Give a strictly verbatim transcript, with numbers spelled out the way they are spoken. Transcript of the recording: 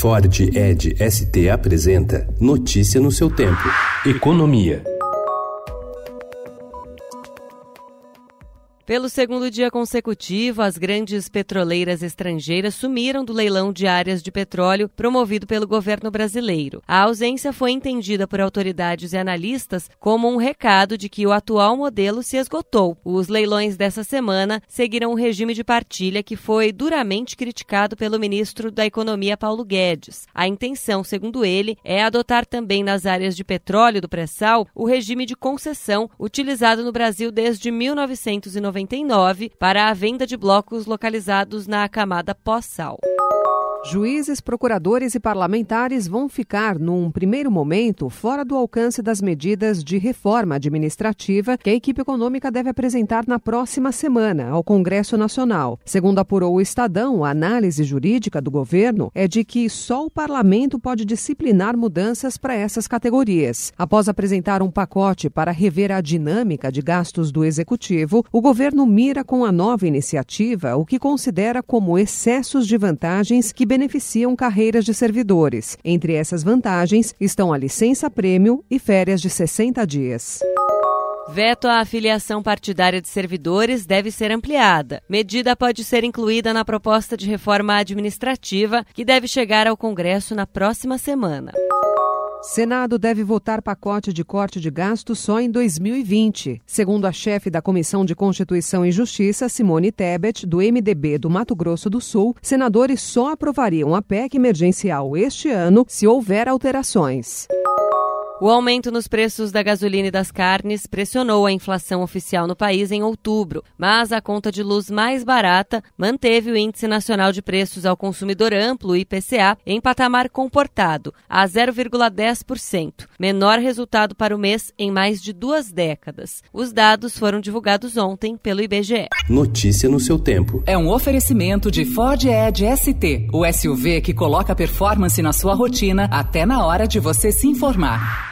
Ford Edge S T apresenta Notícia no seu tempo. Economia. Pelo segundo dia consecutivo, as grandes petroleiras estrangeiras sumiram do leilão de áreas de petróleo promovido pelo governo brasileiro. A ausência foi entendida por autoridades e analistas como um recado de que o atual modelo se esgotou. Os leilões dessa semana seguiram um regime de partilha que foi duramente criticado pelo ministro da Economia, Paulo Guedes. A intenção, segundo ele, é adotar também nas áreas de petróleo do pré-sal o regime de concessão utilizado no Brasil desde mil novecentos e noventa e nove para a venda de blocos localizados na camada pós-sal. Juízes, procuradores e parlamentares vão ficar, num primeiro momento, fora do alcance das medidas de reforma administrativa que a equipe econômica deve apresentar na próxima semana ao Congresso Nacional. Segundo apurou o Estadão, a análise jurídica do governo é de que só o parlamento pode disciplinar mudanças para essas categorias. Após apresentar um pacote para rever a dinâmica de gastos do executivo, o governo mira com a nova iniciativa o que considera como excessos de vantagens que beneficiam carreiras de servidores. Entre essas vantagens estão a licença-prêmio e férias de sessenta dias. Veto à afiliação partidária de servidores deve ser ampliada. Medida pode ser incluída na proposta de reforma administrativa que deve chegar ao Congresso na próxima semana. Senado deve votar pacote de corte de gastos só em dois mil e vinte. Segundo a chefe da Comissão de Constituição e Justiça, Simone Tebet, do M D B do Mato Grosso do Sul, senadores só aprovariam a P E C emergencial este ano se houver alterações. O aumento nos preços da gasolina e das carnes pressionou a inflação oficial no país em outubro, mas a conta de luz mais barata manteve o Índice Nacional de Preços ao Consumidor Amplo, I P C A, em patamar comportado, a zero vírgula dez por cento, menor resultado para o mês em mais de duas décadas. Os dados foram divulgados ontem pelo I B G E. Notícia no seu tempo. É um oferecimento de Ford Edge S T, o S U V que coloca performance na sua rotina até na hora de você se informar.